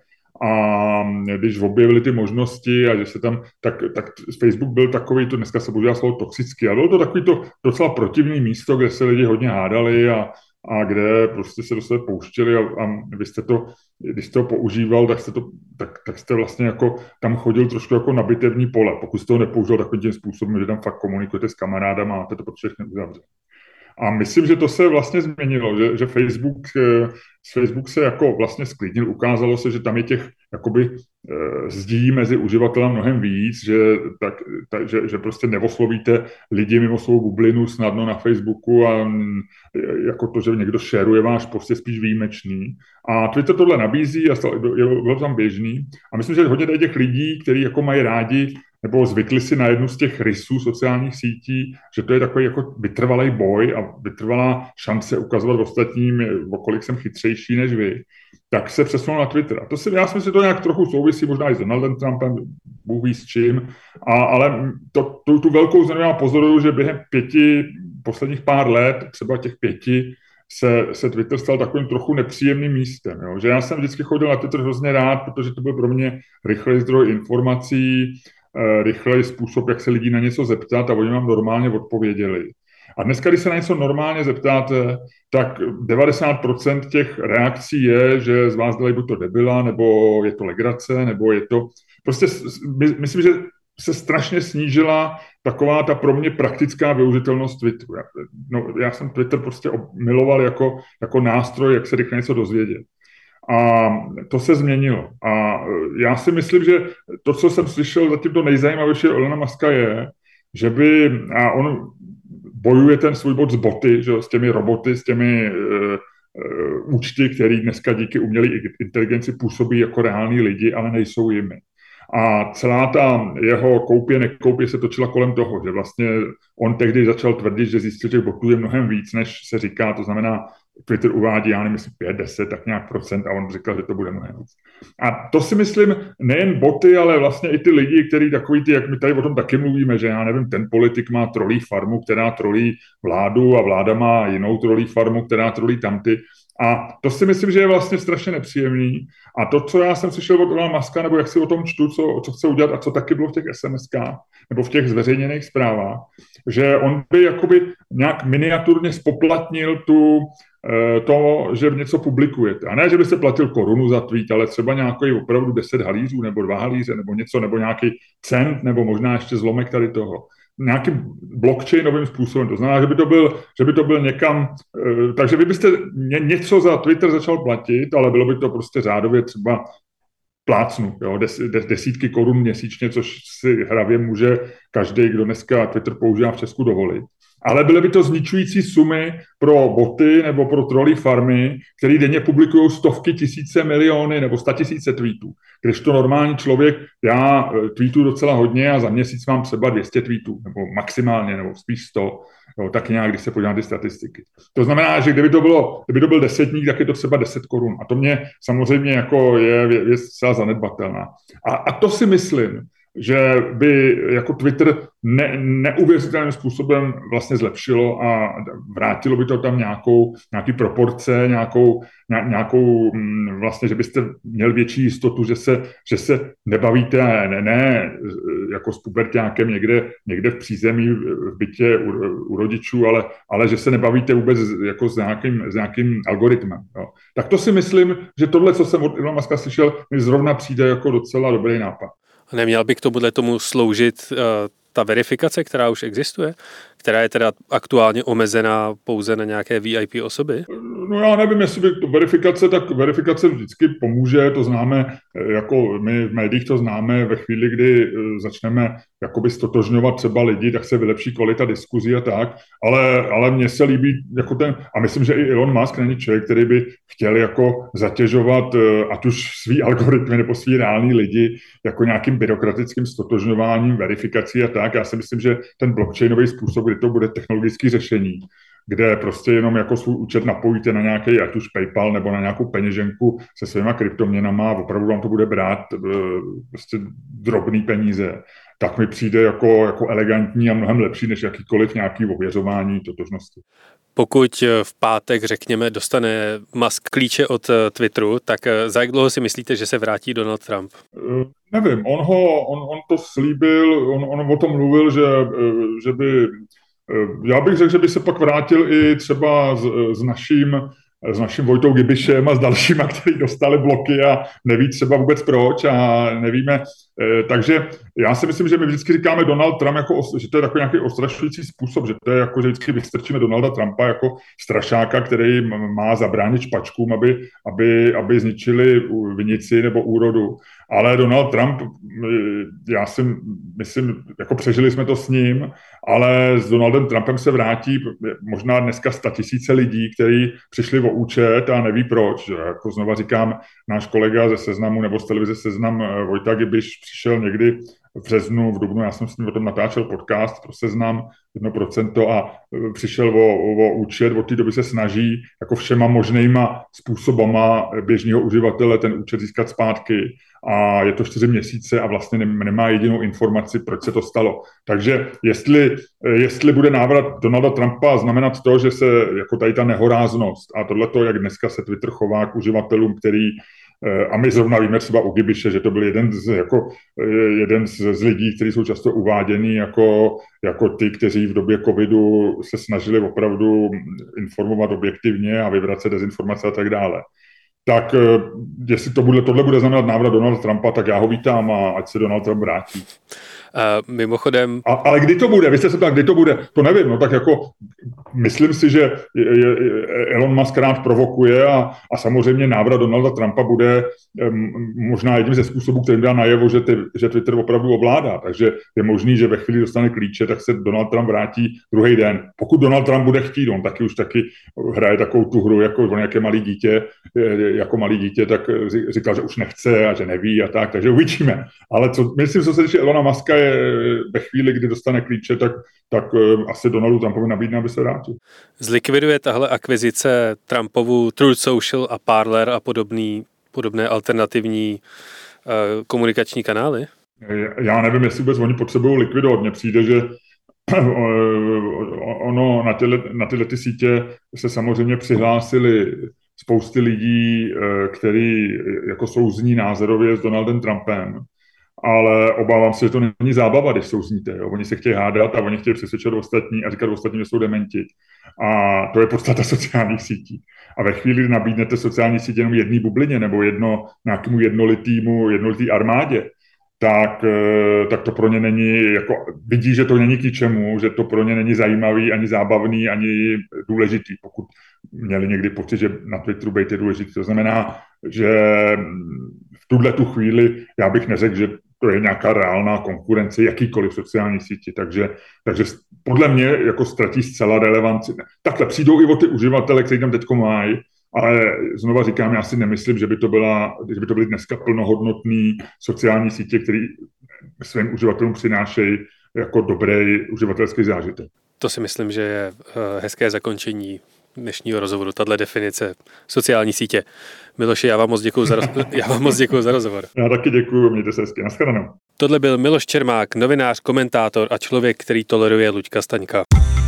A když objevili ty možnosti a že se tam, tak, tak Facebook byl takový, to dneska se používá slovo toxický, ale bylo to takový to docela protivný místo, kde se lidi hodně hádali a, a kde prostě se do sebe pouštěli a, a vy jste to, když jste to používal, tak jste, to, tak, tak jste vlastně jako tam chodil trošku jako na bitevní pole, pokud jste to nepoužil takovým tím způsobem, že tam fakt komunikujete s kamarádama a máte to pro všechny uzavřet. A myslím, že to se vlastně změnilo, že, že Facebook, Facebook se jako vlastně sklidnil, ukázalo se, že tam je těch jakoby zdí mezi uživatelem mnohem víc, že, tak, tak, že, že prostě neoslovíte lidi mimo svou bublinu snadno na Facebooku a jako to, že někdo šeruje váš post, je spíš výjimečný. A Twitter tohle nabízí a bylo tam běžný. A myslím, že hodně těch lidí, kteří jako mají rádi nebo zvykli si na jednu z těch rysů sociálních sítí, že to je takový jako vytrvalý boj a vytrvalá šance ukazovat ostatním, o kolik jsem chytřejší než vy, tak se přesunul na Twitter. A to si, já si myslím, že to nějak trochu souvisí možná i s Donaldem Trumpem, Bůh ví s čím, a, ale to, tu, tu velkou změnu já pozoruju, že během pěti, posledních pár let, třeba těch pěti, se, se Twitter stal takovým trochu nepříjemným místem. Jo? Že já jsem vždycky chodil na Twitter hrozně rád, protože to byl pro mě rychlý zdroj informací, rychlej způsob, jak se lidí na něco zeptat a oni vám normálně odpověděli. A dneska, když se na něco normálně zeptáte, tak devadesát procent těch reakcí je, že z vás dělají buď to debila, nebo je to legrace, nebo je to... Prostě my, myslím, že se strašně snížila taková ta pro mě praktická využitelnost Twitteru. No, já jsem Twitter prostě miloval jako, jako nástroj, jak se rychle něco dozvědět. A to se změnilo. A já si myslím, že to, co jsem slyšel, zatím to nejzajímavější Elona Muska je, že by, a on bojuje ten svůj bod s boty, že, s těmi roboty, s těmi uh, účty, který dneska díky umělé inteligenci působí jako reální lidi, ale nejsou jimi. A celá ta jeho koupě, nekoupě se točila kolem toho, že vlastně on tehdy začal tvrdit, že zjistil, že botů je mnohem víc, než se říká, to znamená, Twitter uvádí, já nevím, jestli pět, deset, tak nějak procent a on říkal, že to bude mnohem víc. A to si myslím, nejen boty, ale vlastně i ty lidi, kteří takový ty, jak my tady o tom taky mluvíme, že já nevím, ten politik má trolí farmu, která trolí vládu a vláda má jinou trolí farmu, která trolí tamty. A to si myslím, že je vlastně strašně nepříjemný. A to, co já jsem slyšel od Elona Muska, nebo jak si o tom čtu, co, co chce udělat a co taky bylo v těch es em eskách, nebo v těch zveřejněných zprávách, že on by jakoby nějak miniaturně spoplatnil tu, to, že něco publikujete. A ne, že byste platil korunu za tweet, ale třeba nějaký opravdu deset halířů, nebo dva halíře, nebo něco, nebo nějaký cent, nebo možná ještě zlomek tady toho. Nějakým blockchainovým způsobem. To znamená, že by to byl, že by to byl někam... Takže vy byste něco za Twitter začal platit, ale bylo by to prostě řádově třeba plácnu, jo, des, des, desítky korun měsíčně, což si hravě může každý, kdo dneska Twitter používá v Česku, dovolit. Ale byly by to zničující sumy pro boty nebo pro trolí farmy, které denně publikují stovky, tisíce, miliony nebo statisíce tweetů. Když to normální člověk, já tweetuju docela hodně a za měsíc mám třeba dvě stě tweetů, nebo maximálně, nebo spíš sto, jo, tak nějak, když se podívám ty statistiky. To znamená, že kdyby to bylo, kdyby to byl desetník, tak je to třeba deset korun. A to mě samozřejmě jako je věc celá zanedbatelná. A, a to si myslím, že by jako Twitter ne, neuvěřitelným způsobem vlastně zlepšilo a vrátilo by to tam nějakou, nějaký proporce, nějakou, nějakou vlastně, že byste měl větší jistotu, že se, že se nebavíte ne, ne jako s puberťákem někde, někde v přízemí v bytě u, u rodičů, ale, ale že se nebavíte vůbec jako s nějakým, s nějakým algoritmem. Jo. Tak to si myslím, že tohle, co jsem od Elona Muska slyšel, mi zrovna přijde jako docela dobrý nápad. Neměl by k tomuhle tomu sloužit uh, ta verifikace, která už existuje? která je teda aktuálně omezená pouze na nějaké V I P osoby? No já nevím, jestli by to verifikace, tak verifikace vždycky pomůže, to známe, jako my v médiích to známe ve chvíli, kdy začneme jakoby stotožňovat třeba lidi, tak se vylepší kvalita diskuzí a tak, ale, ale mně se líbí jako ten, a myslím, že i Elon Musk není člověk, který by chtěl jako zatěžovat ať už svý algoritmy nebo svý reální lidi jako nějakým byrokratickým stotožňováním, verifikací a tak. Já si myslím, že ten blockchainový způsob, kdy to bude technologické řešení, kde prostě jenom jako svůj účet napojíte na nějaký, ať už PayPal nebo na nějakou peněženku se svýma kryptoměnama a opravdu vám to bude brát prostě drobný peníze, tak mi přijde jako, jako elegantní a mnohem lepší než jakýkoliv nějaký ověřování totožnosti. Pokud v pátek, řekněme, dostane Musk klíče od Twitteru, tak za jak dlouho si myslíte, že se vrátí Donald Trump? Uh, nevím, on, ho, on, on to slíbil, on, on o tom mluvil, že, že by, já bych řekl, že by se pak vrátil i třeba s, s naším s naším Vojtou Gibišem a s dalšíma, kteří dostali bloky a neví třeba vůbec proč a nevíme. Takže já si myslím, že my vždycky říkáme Donald Trump, jako, že to je takový nějaký ostrašující způsob, že to je jako, že vždycky vystrčíme Donalda Trumpa jako strašáka, který má zabránit špačkům, aby, aby, aby zničili vinici nebo úrodu. Ale Donald Trump, já si myslím, jako přežili jsme to s ním, ale s Donaldem Trumpem se vrátí možná dneska statisíce lidí, kteří přišli o účet a neví proč. Jako znova říkám, náš kolega ze Seznamu nebo z televize Seznam Vojta Gibiš přišel někdy v březnu, v dubnu, já jsem s ním o tom natáčel podcast pro Seznam jedno procento a přišel o, o účet, od té doby se snaží jako všema možnýma způsobama běžného uživatele ten účet získat zpátky a je to čtyři měsíce a vlastně nemá jedinou informaci, proč se to stalo. Takže jestli, jestli bude návrat Donalda Trumpa znamenat to, že se jako tady ta nehoráznost a tohleto, jak dneska se Twitter chová k uživatelům, který a my zrovna víme třeba u Gibiše, že to byl jeden z, jako, jeden z, z lidí, kteří jsou často uváděni jako, jako ty, kteří v době covidu se snažili opravdu informovat objektivně a vyvracet dezinformace a tak dále. Tak jestli to bude, tohle bude znamenat návrat Donalda Trumpa, tak já ho vítám a ať se Donald Trump vrátí. Uh, mimochodem... A, ale kdy to bude? Vy jste se ptali, kdy to bude? To nevím, no tak jako myslím si, že je, je, Elon Musk rád provokuje a, a samozřejmě návrat Donalda Trumpa bude um, možná jedním ze způsobů, který dá najevo, že, ty, že Twitter opravdu ovládá. Takže je možný, že ve chvíli dostane klíče, tak se Donald Trump vrátí druhý den. Pokud Donald Trump bude chtít, on taky už taky hraje takovou tu hru jako nějaké malé dítě, jako malý dítě, tak říkal, že už nechce a že neví a tak, takže uvidíme. Ale co, myslím, co se týče Elona Muska, je ve chvíli, kdy dostane klíče, tak, tak uh, asi Donaldu Trumpovi nabídne, aby se vrátil. Zlikviduje tahle akvizice Trumpovu Truth Social a Parler a podobný, podobné alternativní uh, komunikační kanály? Já nevím, jestli vůbec oni potřebují likvidovat. Mně přijde, že ono na tyhle, na tyhle ty sítě se samozřejmě přihlásili spousty lidí, kteří jako souzní názorově s Donaldem Trumpem, ale obávám se, že to není zábava, když souzníte. Jo? Oni se chtějí hádat a oni chtějí přesvědčovat ostatní a říkat ostatní, že jsou dementi. A to je podstata sociálních sítí. A ve chvíli, kdy nabídnete sociální sítě jenom jedné bublině nebo jedno, nějakému jednolitýmu, jednolitý armádě, tak, tak to pro ně není, jako vidí, že to není k ničemu, že to pro ně není zajímavý, ani zábavný, ani důležitý, pokud měli někdy pocit, že na Twitteru být je důležitý. To znamená, že v tuhle tu chvíli já bych neřekl, že to je nějaká reálná konkurence jakýkoliv sociální síti, takže, takže podle mě jako ztratí zcela relevanci. Takhle přijdou i o ty uživatele, kteří tam teďko mají, ale znova říkám, já si nemyslím, že by to, byla, že by to byly dneska plnohodnotné sociální sítě, které svým uživatelům přinášejí jako dobrý uživatelský zážitek. To si myslím, že je hezké zakončení dnešního rozhovoru, tahle definice sociální sítě. Miloši, já vám moc děkuju za, roz... já vám moc děkuju za rozhovor. Já taky děkuju, mějte se hezky, nashledanou. Tohle byl Miloš Čermák, novinář, komentátor a člověk, který toleruje Luďka Staňka.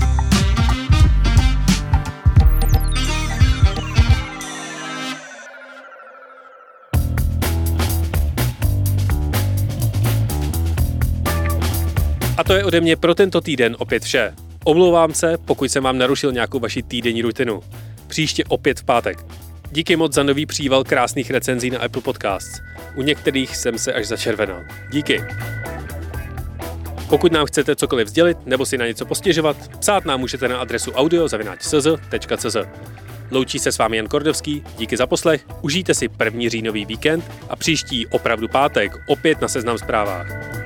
A to je ode mě pro tento týden opět vše. Omlouvám se, pokud jsem vám narušil nějakou vaši týdenní rutinu. Příště opět v pátek. Díky moc za nový příval krásných recenzí na Apple Podcasts. U některých jsem se až začervenal. Díky. Pokud nám chcete cokoliv sdělit nebo si na něco postěžovat, psát nám můžete na adresu audio zavináč c z tečka c z. Loučí se s vámi Jan Kordovský, díky za poslech, užijte si první říjnový víkend a příští opravdu pátek opět na Seznam Zprávách.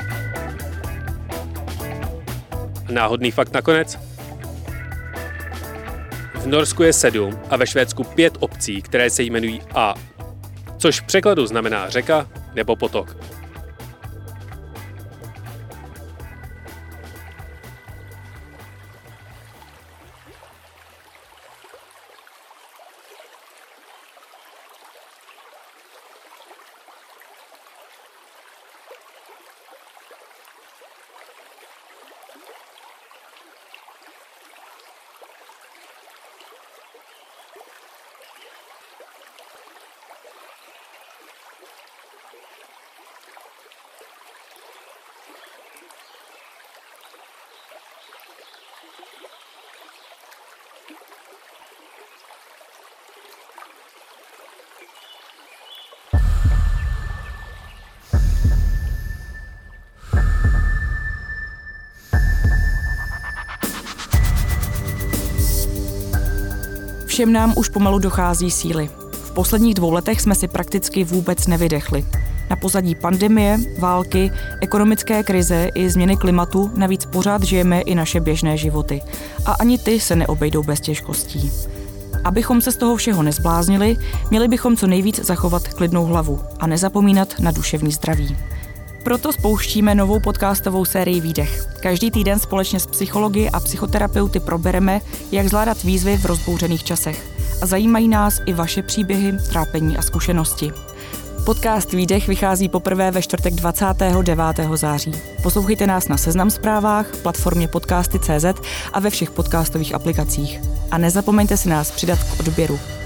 Náhodný fakt nakonec. V Norsku je sedm a ve Švédsku pět obcí, které se jmenují A, což v překladu znamená řeka nebo potok. Všem nám už pomalu dochází síly. V posledních dvou letech jsme si prakticky vůbec nevydechli. Na pozadí pandemie, války, ekonomické krize i změny klimatu navíc pořád žijeme i naše běžné životy. A ani ty se neobejdou bez těžkostí. Abychom se z toho všeho nezbláznili, měli bychom co nejvíc zachovat klidnou hlavu a nezapomínat na duševní zdraví. Proto spouštíme novou podcastovou sérii Výdech. Každý týden společně s psychologi a psychoterapeuty probereme, jak zvládat výzvy v rozbouřených časech. A zajímají nás i vaše příběhy, trápení a zkušenosti. Podcast Výdech vychází poprvé ve čtvrtek dvacátého devátého září. Poslouchejte nás na Seznam Zprávách, platformě podcasty tečka cé zet a ve všech podcastových aplikacích. A nezapomeňte si nás přidat k odběru.